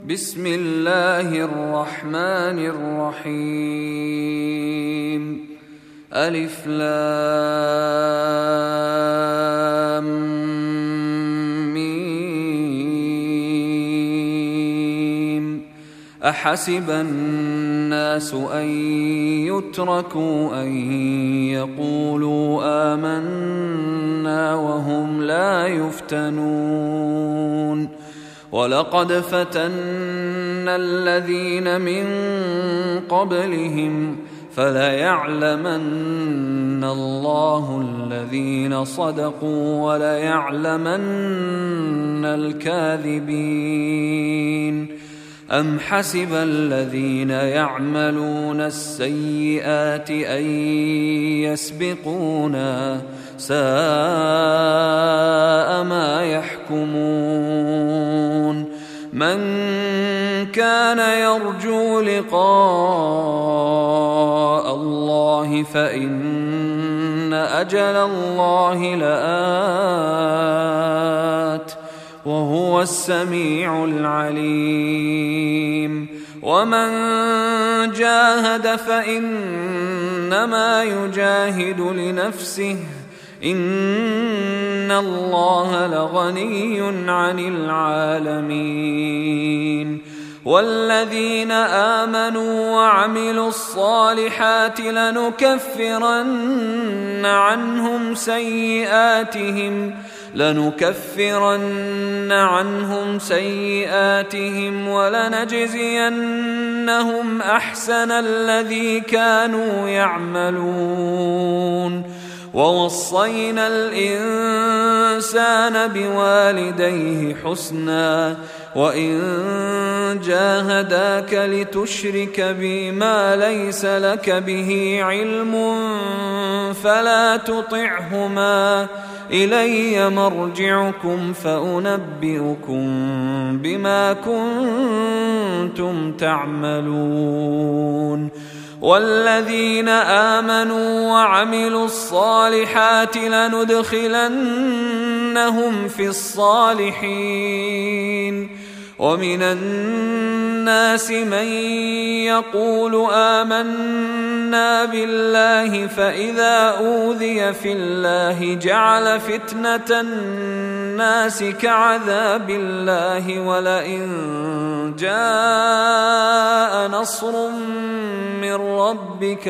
بسم الله الرحمن الرحيم. ألف لام ميم. أحسب الناس أن يتركوا أن يقولوا آمنا وهم لا يفتنون. ولقد فتنا الذين من قبلهم فليعلمن الله الذين صدقوا وليعلمن الكاذبين. أم حسب الذين يعملون السيئات أن يسبقونا ساء ما يحكمون. من كان يرجو لقاء الله فإن أجل الله لآت وهو السميع العليم. ومن جاهد فإنما يجاهد لنفسه إن الله لغني عن العالمين. والذين آمنوا وعملوا الصالحات لنكفرن عنهم سيئاتهم ولنجزينهم أحسن الذي كانوا يعملون. ووصينا الإنسان بوالديه حسنا وإن جاهداك لتشرك بي ما ليس لك به علم فلا تطعهما إلي مرجعكم فأنبئكم بما كنتم تعملون. والذين آمنوا وعملوا الصالحات لندخلنهم في الصالحين. ومن الناس من يقول آمنا بالله فإذا أوذي في الله جعل فتنة الناس كعذاب الله ولئن جاء نصر من ربك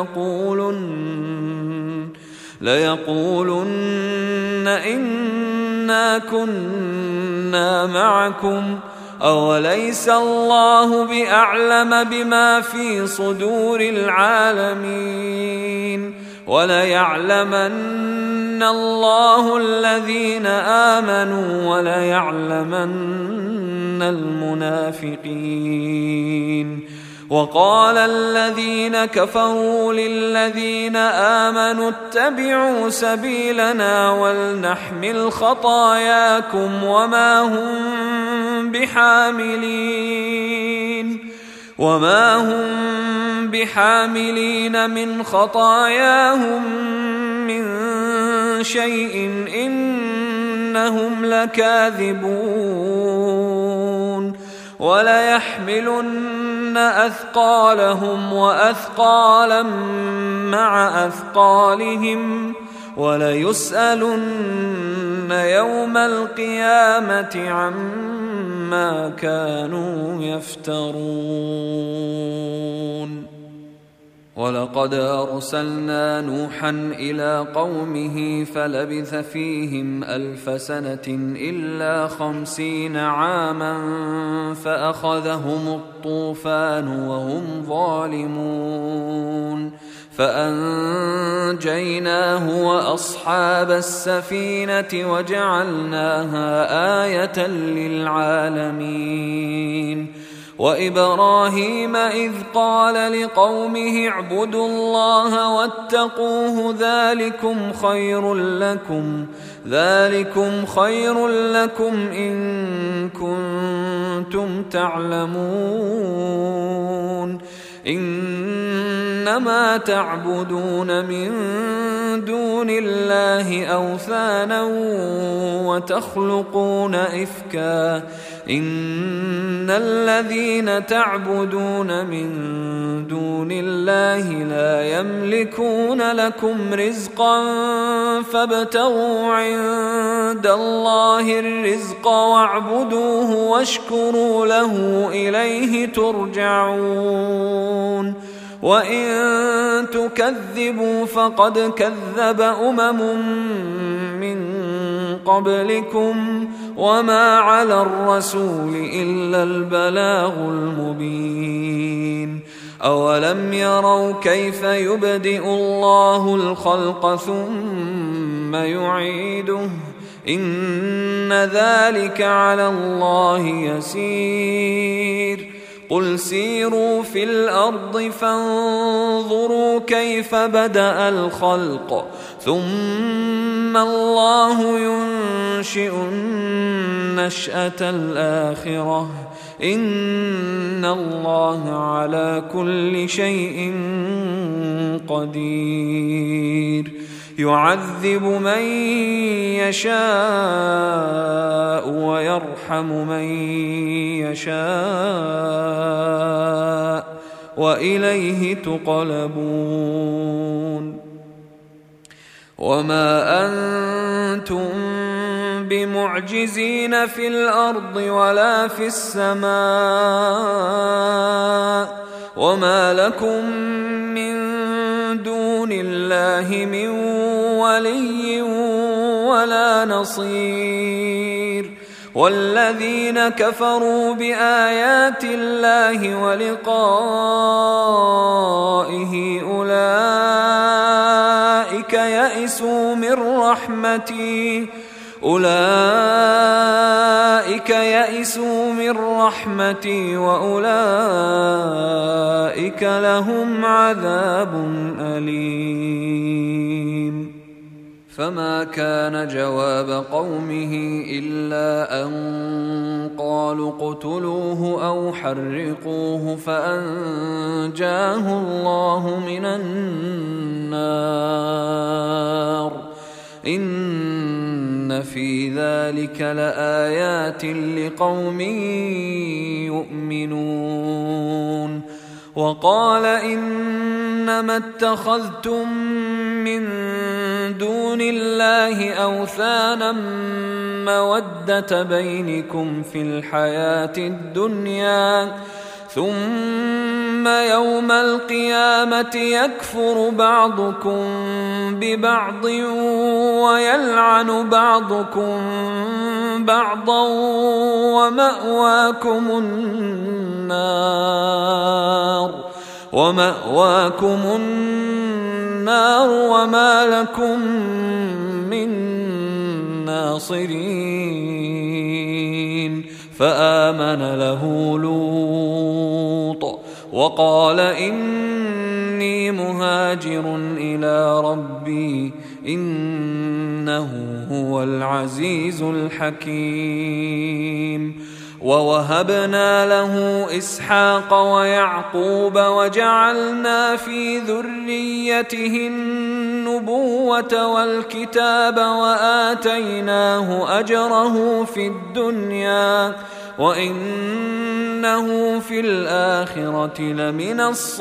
ليقولن إنا كنا معكم أوليس الله بأعلم بما في صدور العالمين. وليعلمن الله الذين آمنوا وليعلمن المنافقين. وقال الذين كفروا للذين آمنوا اتبعوا سبيلنا ولنحمل خطاياكم وما هم بحاملين من خطاياهم من شيء إنهم لكاذبون. وليحملن أثقالهم وأثقالا مع أثقالهم وليسألن يوم القيامة عما كانوا يفترون. ولقد أرسلنا نوحا إلى قومه فلبث فيهم 1000 سنة إلا 50 عاما فأخذهم الطوفان وهم ظالمون فأنجيناه وأصحاب السفينة وجعلناها آية للعالمين. وإبراهيم إذ قال لقومه اعبدوا الله واتقوه ذلكم خير لكم إن كنتم تعلمون. إنما تعبدون من دون الله أوثانا وتخلقون إفكا إن الذين تعبدون من دون الله لا يملكون لكم رزقا فابتغوا عند الله الرزق واعبدوه واشكروا له إليه ترجعون وإن تكذبوا فقد كذب من قبلكم وما على الرسول إلا البلاغ المبين أولم يروا كيف يبدئ الله الخلق ثم يعيده إن ذلك على الله يسير قل سيروا في الأرض فانظروا كيف بدأ الخلق ثم الله ينشئ النشأة الآخرة إن الله على كل شيء قدير يعذب من يشاء ويرحم من يشاء وإليه تقلبون وما أنتم بمعجزين في الأرض ولا في السماء وما لكم من دون الله من ولي ولا نصير والذين كفروا بآيات الله ولقائه أولئك يئسوا من رحمتي وأولئك لهم عذاب أليم فما كان جواب قومه إلا أن قالوا اقتلوه أو حرقوه فأنجاه الله من النار إن في ذلك لآيات لقوم يؤمنون وقال إنما اتخذتم من دون الله أوثانا مودة بينكم في الحياة الدنيا ثم يوم القيامة يكفر بعضكم ببعض ويلعن بعضكم بعضا ومأواكم النار وما لكم من ناصرين فآمن له لوط وقال إني مهاجر إلى ربي إنه هو العزيز الحكيم ووهبنا له إسحاق ويعقوب وجعلنا في ذريته النبوة والكتاب وآتيناه أجره في الدنيا وإنه في الآخرة لمن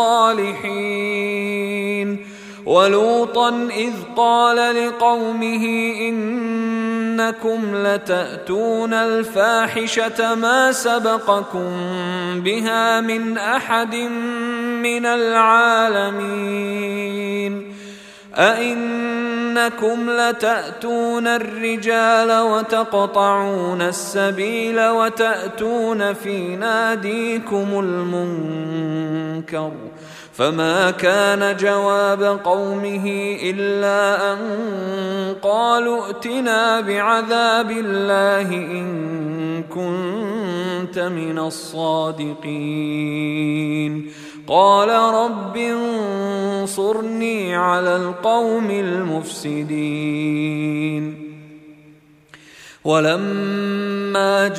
الصالحين ولوطا إذ قال لقومه إنكم لتأتون الفاحشة ما سبقكم بها من أحد من العالمين أئنكم لتأتون الرجال وتقطعون السبيل وتأتون في ناديكم المنكر فما كان جواب قومه إلا أن قالوا ائتنا بعذاب الله إن كنت من الصادقين قال رب انصرني على القوم المفسدين ولما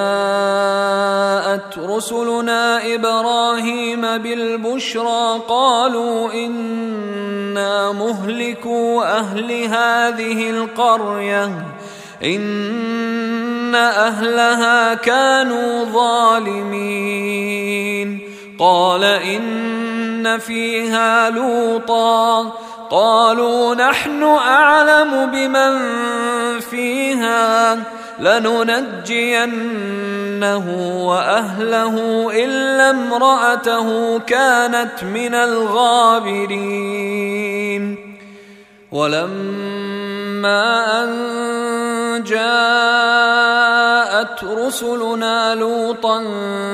جاءت رسلنا إبراهيم بالبشرى قالوا إنا مهلكو أهل هذه القرية إن أهلها كانوا ظالمين قال إن فيها لوطا قالوا نحن أعلم بمن فيها لننجينه وأهله إلا امرأته كانت من الغابرين ولما أن جاءت رسلنا لوطا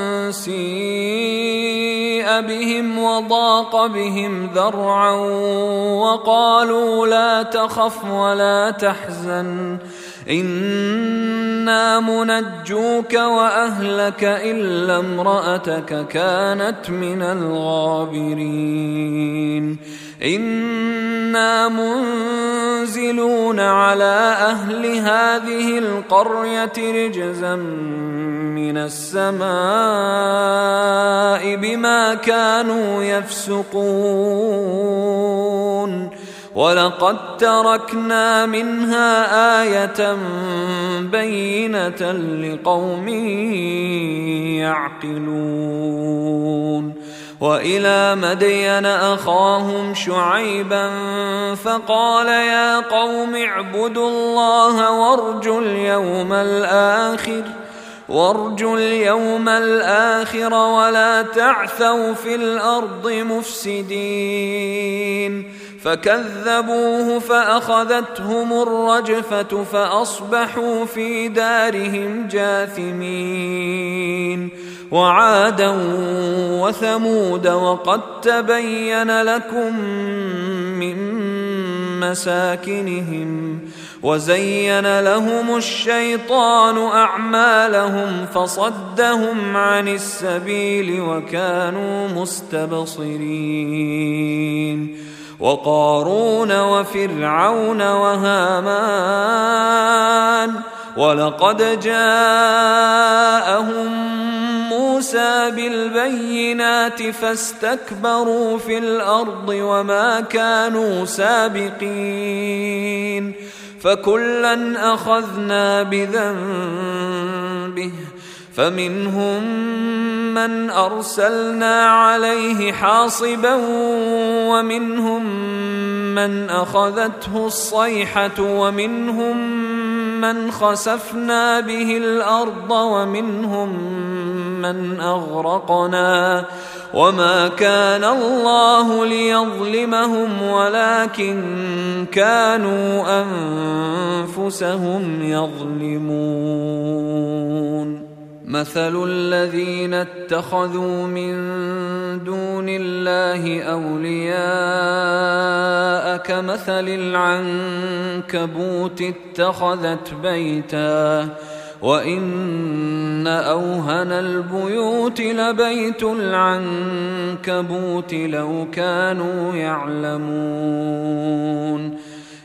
سيء بهم وضاق بهم ذرعا وقالوا لا تخف ولا تحزن إنا منجوك وأهلك إلا امرأتك كانت من الغابرين إنا منزلون على أهل هذه القرية رجزا من السماء بما كانوا يفسقون ولقد تركنا منها آية بينة لقوم يعقلون وإلى مدين أخاهم شعيبا فقال يا قوم اعبدوا الله وارجوا اليوم الآخر ولا تعثوا في الأرض مفسدين فكذبوه فأخذتهم الرجفة فأصبحوا في دارهم جاثمين وعادا وثمود وقد تبين لكم من مساكنهم وزين لهم الشيطان أعمالهم فصدهم عن السبيل وكانوا مستبصرين وقارون وفرعون وهامان ولقد جاءهم موسى بالبينات فاستكبروا في الأرض وما كانوا سابقين فكلا أخذنا بذنبه فمنهم من أرسلنا عليه حاصبا ومنهم من أخذته الصيحة ومنهم من خسفنا به الأرض ومنهم من أغرقنا وما كان الله ليظلمهم ولكن كانوا أنفسهم يظلمون مثل الذين اتخذوا من دون الله أولياء كمثل العنكبوت اتخذت بيتا وإن أوهن البيوت لبيت العنكبوت لو كانوا يعلمون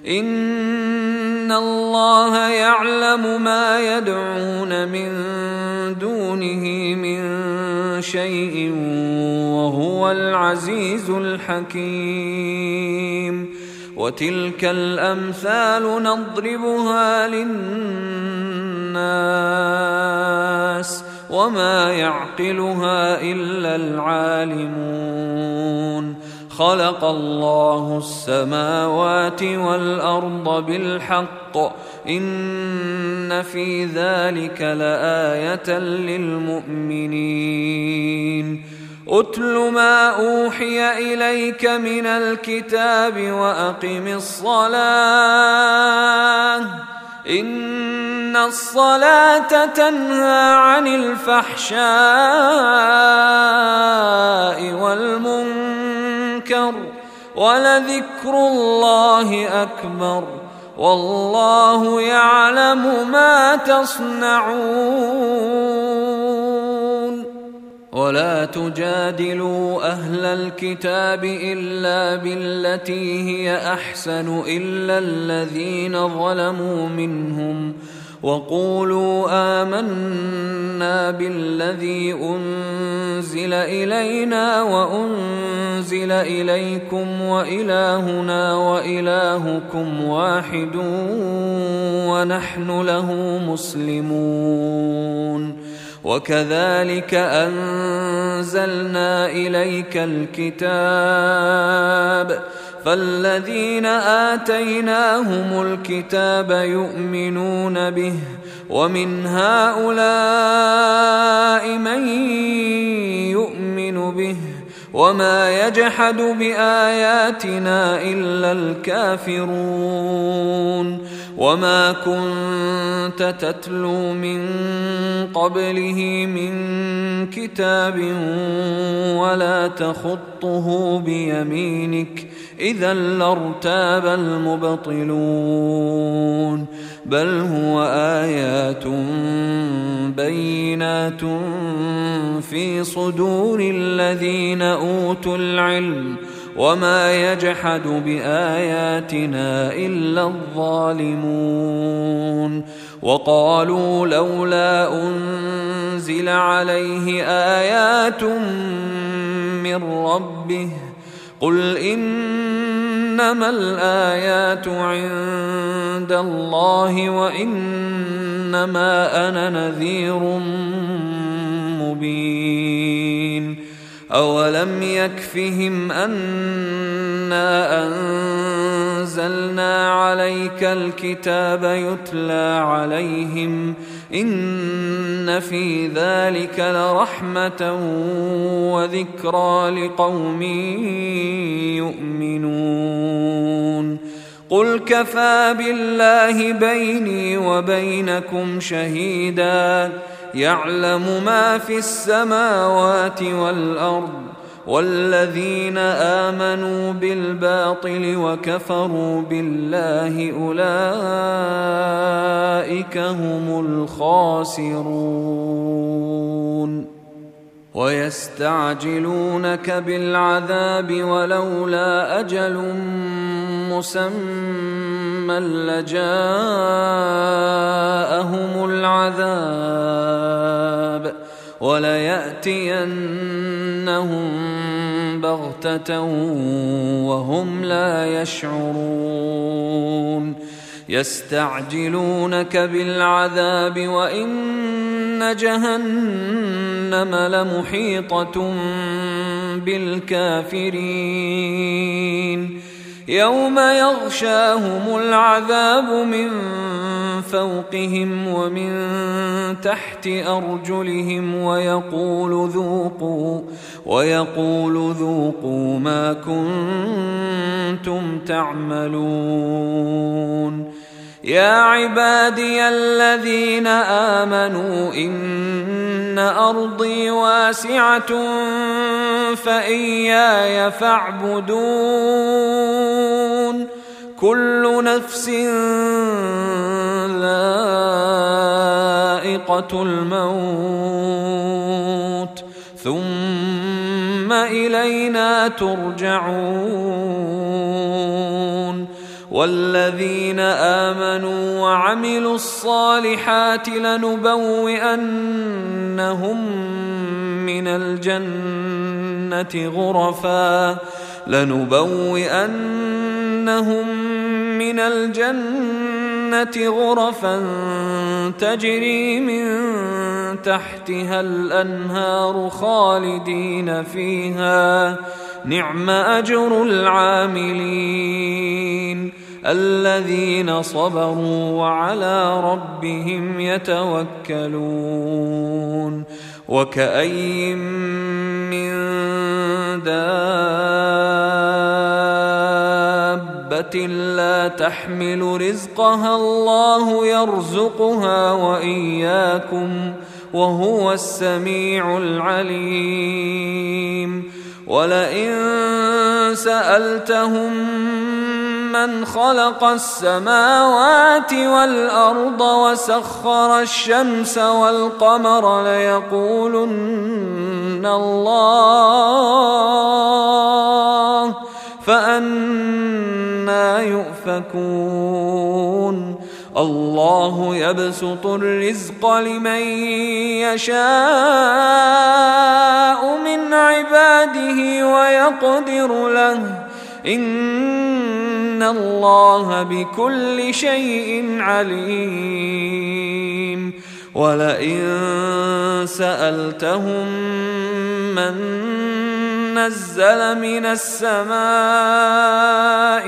إن الله يعلم ما يدعون من دونه من شيء وهو العزيز الحكيم وتلك الأمثال نضربها للناس وما يعقلها إلا العالمون خلق الله السماوات والأرض بالحق إن في ذلك لآية للمؤمنين أتل ما أوحي إليك من الكتاب وأقم الصلاة إن الصلاة تنهى عن الفحشاء والمنكر ولذكر الله أكبر والله يعلم ما تصنعون ولا تجادلوا أهل الكتاب إلا بالتي هي أحسن إلا الذين ظلموا منهم وقولوا آمنا بالذي أنزل إلينا وأنزل إليكم وإلهنا وإلهكم واحد ونحن له مسلمون. وكذلك أنزلنا إليك الكتاب فالذين آتيناهم الكتاب يؤمنون به ومن هؤلاء من يؤمن به وما يجحد بآياتنا إلا الكافرون. وما كنت تتلو من قبله من كتاب ولا تخطه بيمينك إذا لارتاب المبطلون. بل هو آيات بينات في صدور الذين أوتوا العلم وما يجحد بآياتنا إلا الظالمون. وقالوا لولا أنزل عليه آيات من ربه قل إنما الآيات عند الله وإنما أنا نذير مبين. أولم يكفهم أنا أنزلنا عليك الكتاب يتلى عليهم إن في ذلك لرحمة وذكرى لقوم يؤمنون. قل كفى بالله بيني وبينكم شهيدا يعلم ما في السماوات والأرض والذين آمنوا بالباطل وكفروا بالله أولئك هم الخاسرون. ويستعجلونك بالعذاب ولولا أجل مسمى لجاءهم العذاب وليأتينهم بغتة وهم لا يشعرون. يستعجلونك بالعذاب وإن جهنم لمحيطة بالكافرين. يوم يغشاهم العذاب من فوقهم ومن تحت أرجلهم ويقول ذوقوا ما كنتم تعملون. يا عبادي الذين آمنوا إن أرضي واسعة فإياي فاعبدون. كل نفس ذائقة الموت ثم إلينا ترجعون. والذين آمنوا وعملوا الصالحات لنبوئنهم من الجنة غرفا تجري من تحتها الأنهار خالدين فيها نعم أجر العاملين الذين صبروا وعلى ربهم يتوكلون. وكأي من دابة لا تحمل رزقها الله يرزقها وإياكم وهو السميع العليم. ولئن سألتهم من خلق السماوات والأرض وسخر الشمس والقمر ليقولن الله فأنى يؤفكون. الله يبسط الرزق لمن يشاء يقدر له إن الله بكل شيء عليم ولئن سألتهم من نزل من السماء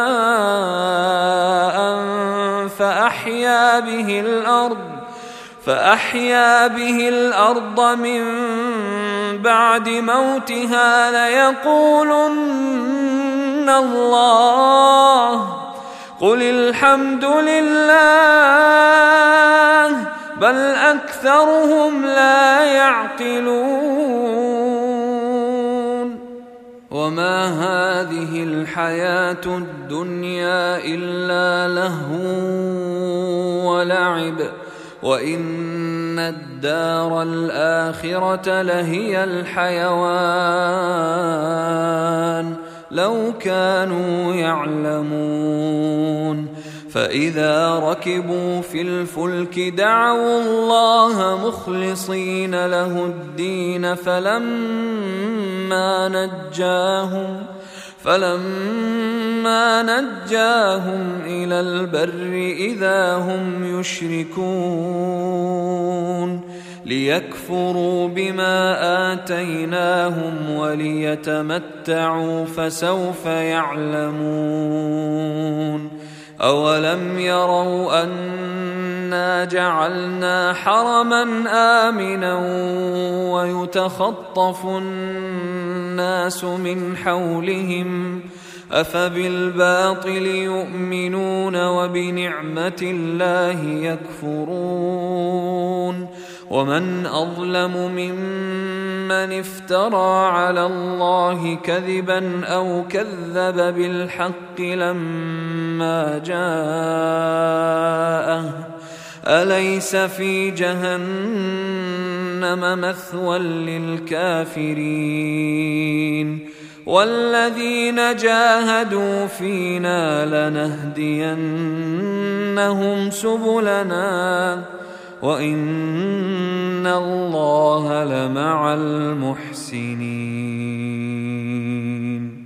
ماء فأحيا به الأرض من بعد موتها ليقولن الله قل الحمد لله بل أكثرهم لا يعقلون وما هذه الحياة الدنيا إلا لهو ولعب وإن الدار الآخرة لهي الحيوان لو كانوا يعلمون فإذا ركبوا في الفلك دعوا الله مخلصين له الدين فلما نجاهم إلى البر إذا هم يشركون ليكفروا بما آتيناهم وليتمتعوا فسوف يعلمون أولم يروا أنا جعلنا حرما آمنا ويتخطف الناس من حولهم أفبالباطل يؤمنون وبنعمة الله يكفرون ومن أظلم ممن افترى على الله كذبا أو كذب بالحق لما جاءه أليس في جهنم مثوى للكافرين والذين جاهدوا فينا لنهدينهم سبلنا وإن الله لمع المحسنين.